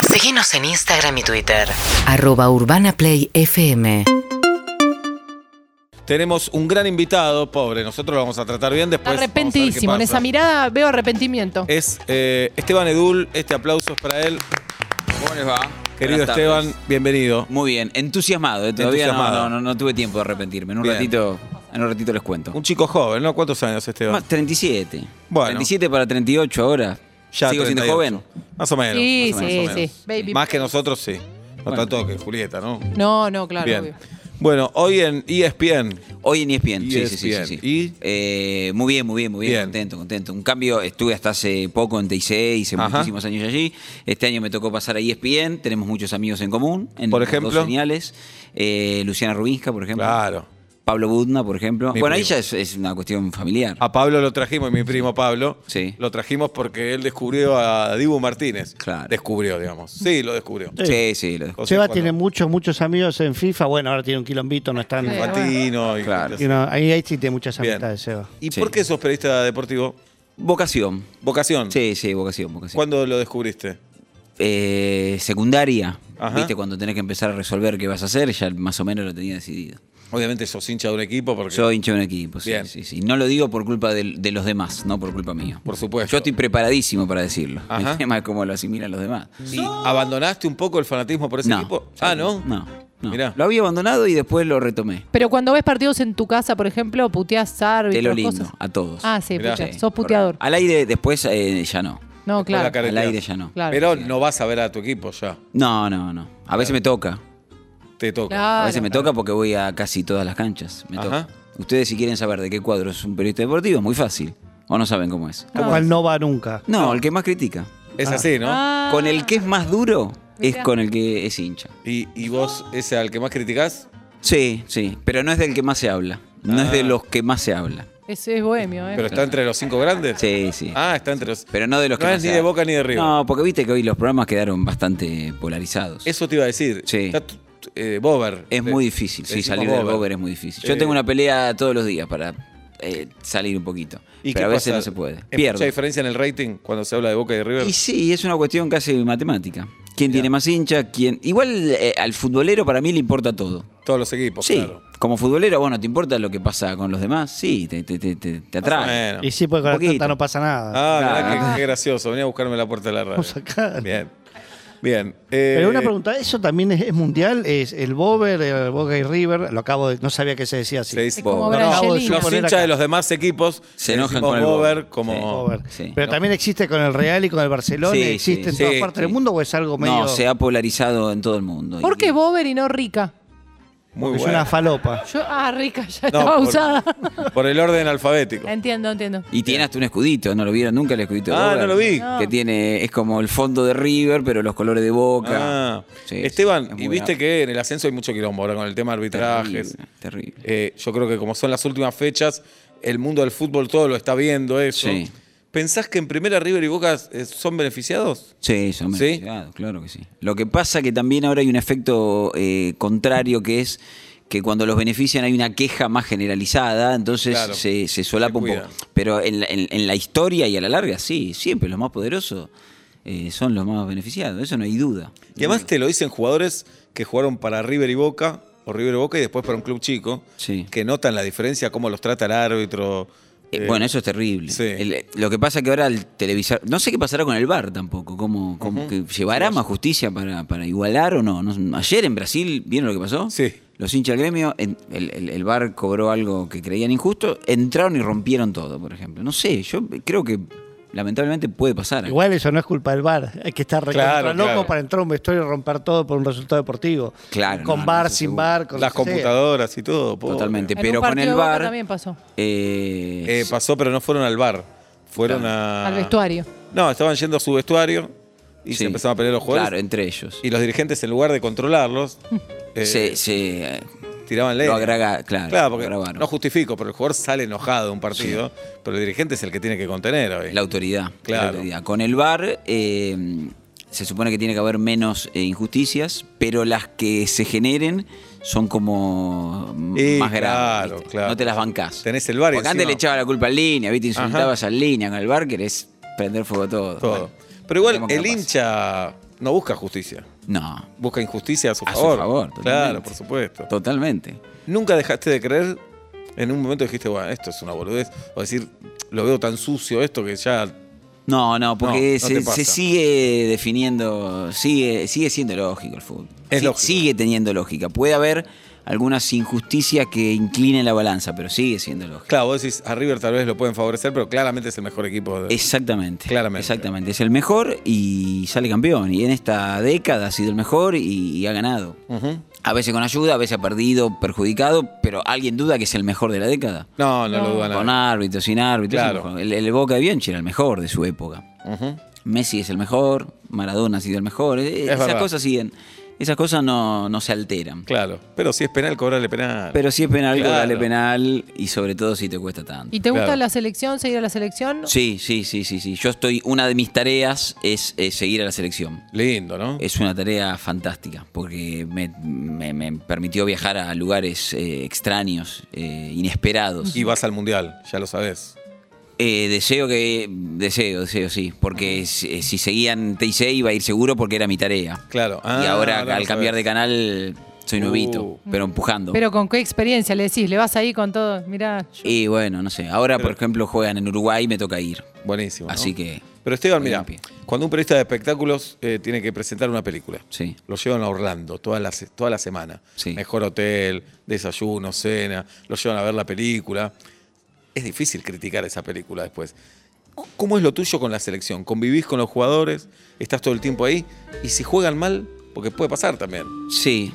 Síguenos en Instagram y Twitter. @UrbanaPlayFM. Tenemos un gran invitado, pobre, nosotros lo vamos a tratar bien después. Arrepentísimo, en esa mirada veo arrepentimiento. Es Esteban Edul, este aplauso es para él. ¿Cómo les va? Querido Esteban, bienvenido. Muy bien, entusiasmado. Todavía Entusiasmado. No tuve tiempo de arrepentirme. En un Bien. ratito les cuento. Un chico joven, ¿no? ¿Cuántos años, Esteban? 37. Bueno. 37 para 38 ahora. Ya ¿Sigo siendo 38. joven? Más o menos. Sí, más o sí, menos. sí. Baby. Más que nosotros, sí. No Bueno. tanto que Julieta, ¿no? No, claro, Bien. obvio. Bueno, hoy en ESPN. Hoy en ESPN. ESPN. Sí. ¿Y? Muy bien. Bien. Contento. Un cambio, estuve hasta hace poco en TIC, hice Ajá. muchísimos años allí. Este año me tocó pasar a ESPN. Tenemos muchos amigos en común. Por los ejemplo. dos señales. Luciana Rubinska, por ejemplo. Claro. Pablo Budna, por ejemplo. Mi Bueno, ahí primo. ya es una cuestión familiar. A Pablo lo trajimos, mi primo Pablo. Sí. Lo trajimos porque él descubrió a Dibu Martínez. Claro. Descubrió, digamos. Sí, lo descubrió. Sí, lo dejo. O sea, Seba cuando- tiene muchos amigos en FIFA. Bueno, ahora tiene un quilombito, no están. Sí. Infantino y Claro. Y no, ahí sí tiene muchas Bien. amistades, Seba. ¿Y Sí. por qué sos periodista deportivo? Vocación. ¿Vocación? Sí, vocación. ¿Cuándo lo descubriste? Secundaria. Ajá. ¿Viste? Cuando tenés que empezar a resolver qué vas a hacer, ya más o menos lo tenía decidido. Obviamente sos hincha de un equipo porque... Soy hincha de un equipo, sí, Bien. sí. No lo digo por culpa de los demás, no por culpa mía. Por supuesto. Yo estoy preparadísimo para decirlo. Ajá. El tema es cómo lo asimilan los demás. ¿Y abandonaste un poco el fanatismo por ese No. equipo? Ah, ¿no? No. Mirá. Lo había abandonado y después lo retomé. Pero cuando ves partidos en tu casa, por ejemplo, puteás árbitros, De lo lindo, cosas. a todos. Ah, sí, Mirá. puteás. Sí, Sos puteador. Al aire después ya no. No, Después la claro. cara- Al aire ya no. Claro. Pero no vas a ver a tu equipo ya. No. A veces me toca. Te toca. Claro. A veces me toca porque voy a casi todas las canchas. Me Ajá. toca. Ustedes si quieren saber de qué cuadro es un periodista deportivo, es muy fácil. O no saben cómo es. Al cual no va nunca. No, el que más critica. Es así, ¿no? Ah. Con el que es más duro es Mirá. con el que es hincha. ¿Y vos, ese al que más criticás? Sí, pero no es del que más se habla. No es de los que más se habla. Ese es bohemio, ¿eh? ¿Pero está entre los 5 grandes? Sí. Ah, está entre los... Pero no de los que No más es se ni de habla. Boca ni de River. No, porque viste que hoy los programas quedaron bastante polarizados. Eso te iba a decir. Sí. Está Bober. Es muy difícil, sí, decimos salir del Bober es muy difícil. Yo tengo una pelea todos los días para salir un poquito. ¿Y Pero a qué veces pasa? no se puede. ¿Hay Pierdo. mucha diferencia en el rating cuando se habla de Boca y de River? Y sí, es una cuestión casi matemática. ¿Quién tiene más hincha? Igual al futbolero para mí le importa todo. Todos los equipos, Sí, claro. como futbolero, bueno, ¿te importa lo que pasa con los demás? Sí, te atrae. Bueno. Y sí, porque con la Poquito. tanta no pasa nada. Ah, mirá Claro. qué gracioso. Venía a buscarme la puerta de la radio. Vamos acá. Bien. Pero una pregunta, ¿eso también es mundial? ¿Es el Bober, el Boca y River? Lo acabo de... No sabía que se decía así. Se dice Es como Bober. Brangelina. Acabo de los suponer hinchas acá. de los demás equipos Se enojan decimos con el Bober Bober. como... Sí. Bober. Sí. Pero también existe con el Real y con el Barcelona. Sí, ¿Existe en sí, todas sí, partes sí. del mundo o es algo medio...? No, se ha polarizado en todo el mundo. ¿Por qué Bober y no Rica? Muy Es bueno. una falopa. Rica ya No, estaba por- usada. Por el orden alfabético. Entiendo. Y tiene hasta un escudito, ¿no lo vieron nunca el escudito de Ah, Boca? no lo vi. No. Que tiene, es como el fondo de River, pero los colores de Boca. Ah. Sí, Esteban, es y muy viste bravo. que en el ascenso hay mucho quilombo ahora con el tema de arbitrajes. Terrible. Yo creo que como son las últimas fechas, el mundo del fútbol todo lo está viendo eso. Sí. ¿Pensás que en primera River y Boca son beneficiados? Sí, son ¿Sí? beneficiados, claro que sí. Lo que pasa que también ahora hay un efecto contrario, que es que cuando los benefician hay una queja más generalizada, entonces Claro, se solapa un poco. cuidan. Pero en la historia y a la larga, sí, siempre los más poderosos son los más beneficiados, eso no hay duda. Y además te lo dicen jugadores que jugaron para River y Boca, o River y Boca, y después para un club chico, Sí. que notan la diferencia, cómo los trata el árbitro. Bueno, eso es terrible. sí. Lo que pasa que ahora al televisar, no sé qué pasará con el VAR tampoco, cómo que llevará más justicia para igualar o no. Ayer en Brasil, ¿vieron lo que pasó? Sí. Los hinchas del gremio, el VAR cobró algo que creían injusto, entraron y rompieron todo, por ejemplo. No sé, yo creo que lamentablemente puede pasar. Igual eso no es culpa del VAR. Hay que estar recontra Claro, loco claro. para entrar a un vestuario y romper todo por un resultado deportivo. Claro, Con no, VAR, eso sin seguro. VAR, con Las lo que sea. computadoras y todo. pobre. Totalmente. En Pero un con partido el de Boca VAR también pasó. Pasó, pero no fueron al bar. Fueron Al vestuario. No, estaban yendo a su vestuario y Sí. se empezaron a pelear los jugadores. Claro, entre ellos. Y los dirigentes, en lugar de controlarlos, Se tiraban leña. lo agrega, claro, porque lo agravaron. no justifico, pero el jugador sale enojado de un partido, pero el dirigente es el que tiene que contener hoy. La autoridad. Claro. La autoridad. Con el VAR se supone que tiene que haber menos injusticias, pero las que se generen son como más graves. ¿viste? claro. No te las bancás. Tenés el VAR y Porque antes encima- le echaba la culpa al línea, ¿viste? Insultabas al línea. Con el VAR querés prender fuego todo. Todo. Bueno, Pero igual tenemos que el capaz. hincha no busca justicia. No, Busca injusticia a su A su favor. favor, Claro, totalmente. por supuesto. totalmente. ¿Nunca dejaste de creer? En un momento dijiste, bueno, esto es una boludez. O decir, lo veo tan sucio esto que ya... No, porque No te pasa. se sigue definiendo, sigue siendo lógico el fútbol. Es lógico. Sigue teniendo lógica. Puede haber algunas injusticias que inclinen la balanza, pero sigue siendo lógico. Claro, vos decís, a River tal vez lo pueden favorecer, pero claramente es el mejor equipo. Exactamente. Claramente. Exactamente. Es el mejor y sale campeón. Y en esta década ha sido el mejor y ha ganado. Ujú. A veces con ayuda, a veces ha perdido, perjudicado, pero ¿alguien duda que es el mejor de la década? No lo duda Con nada. árbitros, sin árbitros. Claro. es el mejor. El Boca de Bianchi era el mejor de su época. Ujú. Messi es el mejor, Maradona ha sido el mejor. Esas verdad. cosas siguen. Esas cosas no se alteran. Claro, pero si es penal, cobrarle penal. Pero si es penal, Claro. dale penal y sobre todo si te cuesta tanto. ¿Y te gusta Claro. la selección, seguir a la selección? Sí. Yo una de mis tareas es seguir a la selección. Lindo, ¿no? Es una tarea fantástica porque me permitió viajar a lugares extraños, inesperados. Y vas al mundial, ya lo sabés. Deseo, sí, porque si seguían TIC iba a ir seguro porque era mi tarea. Claro. Y ahora lo al cambiar de sabés. canal soy novito, pero empujando. Pero ¿con qué experiencia le decís? ¿Le vas ahí con todo? Mirá, yo- Y bueno, no sé. Ahora, por Pero- ejemplo, juegan en Uruguay y me toca ir. Buenísimo. ¿no? Así que. Pero Esteban, voy mira, en pie. cuando un periodista de espectáculos tiene que presentar una película, Sí. lo llevan a Orlando toda la semana. Sí. Mejor hotel, desayuno, cena, lo llevan a ver la película. Es difícil criticar esa película después. ¿Cómo es lo tuyo con la selección? ¿Convivís con los jugadores? ¿Estás todo el tiempo ahí? Y si juegan mal, porque puede pasar también. Sí.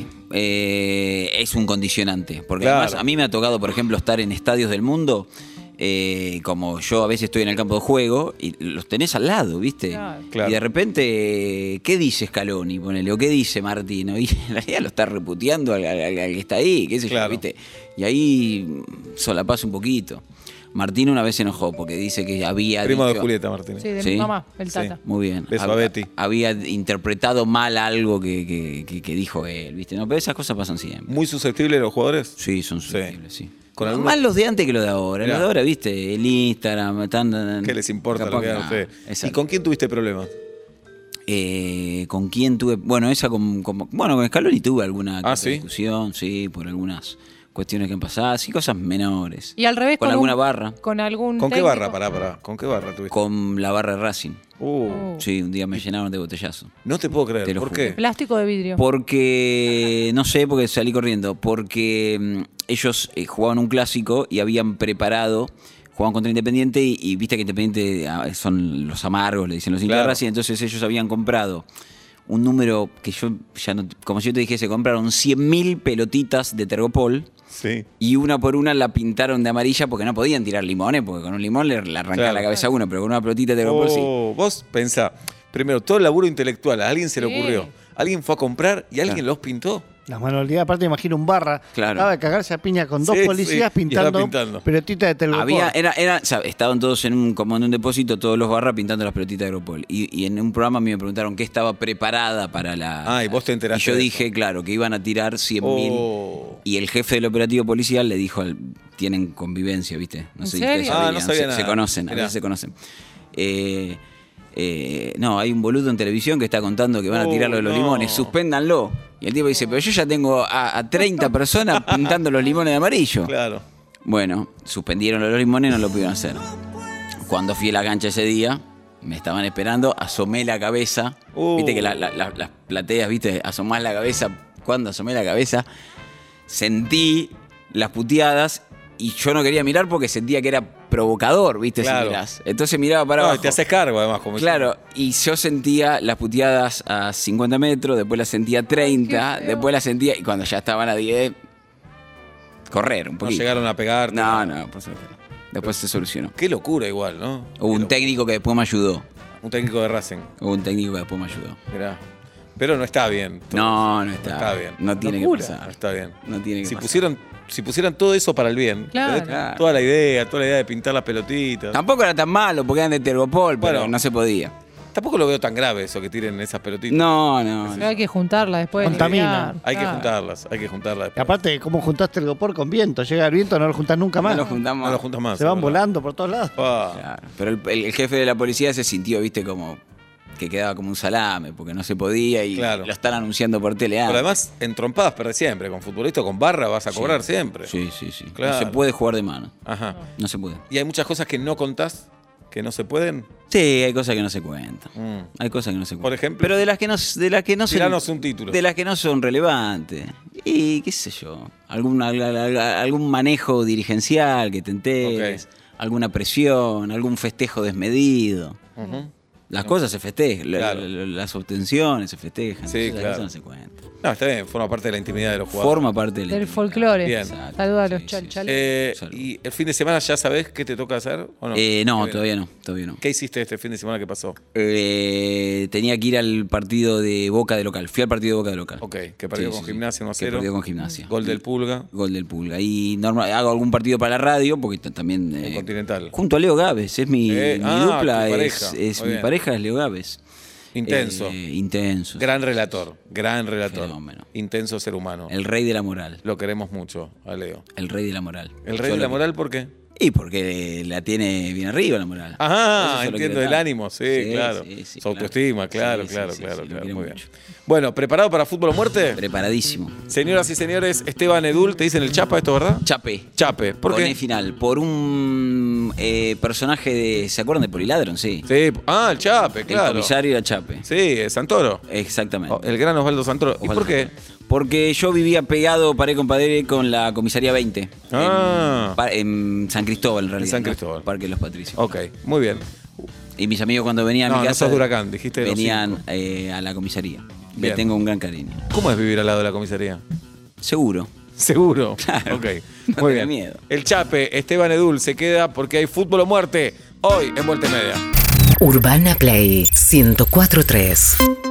Es un condicionante. Porque Claro. además a mí me ha tocado, por ejemplo, estar en estadios del mundo. Como yo a veces estoy en el campo de juego y los tenés al lado, ¿viste? Claro. Claro. Y de repente, ¿qué dice Scaloni? Ponele, o ¿qué dice Martino? Y en realidad lo está reputeando al que está ahí, qué sé yo, Claro. ¿viste? Y ahí solapás un poquito. Martino una vez se enojó porque dice que había Primo de dicho- Julieta Martínez. Sí, de ¿Sí? mi mamá, el Sí. Tata. Muy bien. Beso a Betty. Había interpretado mal algo que dijo él, ¿viste? No, pero esas cosas pasan siempre. ¿Muy susceptibles los jugadores? Sí, son susceptibles, sí. Con No, algunos- más los de antes que los de ahora. Mirá. Los de ahora, ¿viste? El Instagram, ¿Qué les importa capaz lo que hagan no. ustedes? ¿Y Exacto. con quién tuviste problemas? ¿Con quién tuve? Bueno, con Scaloni tuve alguna que otra ¿sí? discusión, sí, por algunas cuestiones que han pasado, así cosas menores. Y al revés, con alguna barra. Con algún ¿Con qué técnico. barra? Pará. ¿Con qué barra tuviste? Con la barra de Racing. Sí, un día me llenaron de botellazo. No te puedo creer. Te lo ¿Por juro. qué? Plástico de vidrio. Porque, no sé, porque salí corriendo. Porque ellos jugaban un clásico y habían preparado, jugaban contra Independiente y viste que Independiente son los amargos, le dicen los hinchas de Claro. Racing. Entonces ellos habían comprado un número que yo ya no, como si yo te dijese, compraron 100.000 pelotitas de Tergopol. Sí. Y una por una la pintaron de amarilla porque no podían tirar limones, porque con un limón le arrancaba Claro. la cabeza a uno, pero con una pelotita de Tergopol sí. Vos pensá, primero, todo el laburo intelectual, a alguien se le Sí. ocurrió. Alguien fue a comprar y alguien Claro. los pintó. Las manualidades, aparte imagino un barra. Claro. Acaba de cagarse a piña con dos Sí, policías sí, y estaba pintando, pintando. pelotita de telgopor. O sea, estaban todos como en un depósito, todos los barras pintando las pelotitas de Agropol. Y en un programa a mí me preguntaron qué estaba preparada para la. Ah, y vos te enteraste Y yo de dije, claro, que iban a tirar 100.000. Oh. Y el jefe del operativo policial le dijo, tienen convivencia, ¿viste? No ¿En sé si serio? ustedes Ah, sabían. no sabía nada. Se conocen, a Mirá. veces se conocen. No, hay un boludo en televisión que está contando que van a Oh, tirarlo de los no. limones, suspéndanlo. Y el tipo dice, pero yo ya tengo a 30 personas pintando los limones de amarillo. Claro. Bueno, suspendieron los limones y no lo pudieron hacer. Cuando fui a la cancha ese día, me estaban esperando, asomé la cabeza. Viste que las plateas, viste, asomás la cabeza. Cuando asomé la cabeza, sentí las puteadas y yo no quería mirar porque sentía que era provocador, viste, Claro. si mirás. Entonces miraba para No, y abajo. te haces cargo además. Como Claro, y yo sentía las puteadas a 50 metros, después las sentía a 30, Ay, qué feo. después las sentía, y cuando ya estaban a 10, correr un No poquito. llegaron a pegarte. No, por suerte no. Después se solucionó. Qué locura igual, ¿no? Hubo un técnico que después me ayudó. Un técnico de Racing. Hubo un técnico que después me ayudó. Mirá. Pero no está bien. No está bien. No tiene Locura. que pasar. No está bien. No tiene que Si pasar. pusieran todo eso para el bien, Claro. ¿entendés? Claro. toda la idea de pintar las pelotitas. Tampoco era tan malo porque eran de Tergopol, pero Bueno. no se podía. Tampoco lo veo tan grave eso que tiren esas pelotitas. No. Pero hay que juntarla después. Contamina. Hay que Claro. juntarlas Y después. aparte, ¿cómo juntaste el gopor con viento? Llega el viento, no lo juntas nunca más. No lo juntamos. No lo juntas más. Se van ¿verdad? volando por todos lados. Pa. Claro. Pero el jefe de la policía se sintió, viste, como que quedaba como un salame, porque no se podía y Claro. lo están anunciando por tele. Pero además, en trompadas perdés siempre. Con futbolista, con barra vas a cobrar siempre. Sí. Claro. No se puede jugar de mano. Ajá. No se puede. ¿Y hay muchas cosas que no contás, que no se pueden? Sí, hay cosas que no se cuentan. Hay cosas que no se cuentan. Por ejemplo. Pero de las que no Tiranos son. un título. De las que no son relevantes. Y qué sé yo. Algún manejo dirigencial que te enteres. Ok. Alguna presión, algún festejo desmedido. Ujú. Las cosas se festejan, Claro. las obtenciones se festejan. Sí, Esas claro. cosas no se cuentan. No, está bien, forma parte de la intimidad de los jugadores. Forma parte Del folclore. Bien. Exacto. Saluda a los Sí, chalchales. Salud. ¿Y el fin de semana ya sabés qué te toca hacer o no? No, Qué bien. todavía no. ¿Qué hiciste este fin de semana que pasó? Tenía que ir al partido de Boca de local. Fui al partido de Boca de local. Ok, que perdió Sí, con sí. Gimnasia Que 1-0. perdió con Gimnasia. Gol del Pulga. Gol del Pulga. Y hago algún partido para la radio, porque también. En Continental. Junto a Leo Gávez. Es mi dupla. tu Es pareja. Muy mi bien. pareja, es Leo Gávez. Intenso. Intenso. Gran relator. Fenómeno. Intenso ser humano. El rey de la moral. Lo queremos mucho a Leo. El rey de la moral. ¿El rey Yo de la lo- moral por qué? Y porque la tiene bien arriba la moral. Ajá, Eso yo lo entiendo quiero el tanto. ánimo, sí, claro. Sí, Su autoestima, claro, Sí, claro, sí, claro, sí, lo claro. quiero Muy bien. mucho. Bueno, ¿preparado para fútbol o muerte? Preparadísimo. Señoras y señores, Esteban Edul, ¿te dicen el Chapa esto, verdad? Chape. Chape, ¿por Con qué? E final. Por un personaje de. ¿Se acuerdan de Poliladron? Sí. Sí, el Chape, El claro. comisario era Chape. Sí, Santoro. Exactamente. El gran Osvaldo Santoro. ¿Y Osvaldo por qué? Santoro. Porque yo vivía pegado, pared con pared, con la comisaría 20. Ah. En San Cristóbal, en realidad. San ¿no? Cristóbal. Parque de los Patricios. Ok, muy bien. Y mis amigos cuando venían a No, mi no casa. sos de Huracán, dijiste de los Venían a la comisaría. Le Bien. tengo un gran cariño. ¿Cómo es vivir al lado de la comisaría? Seguro. Seguro. Claro. Ok, No muy tenga bien. miedo. El Chape, Esteban Edul, se queda porque hay fútbol o muerte. Hoy en Vuelta y Media. Urbana Play 104.3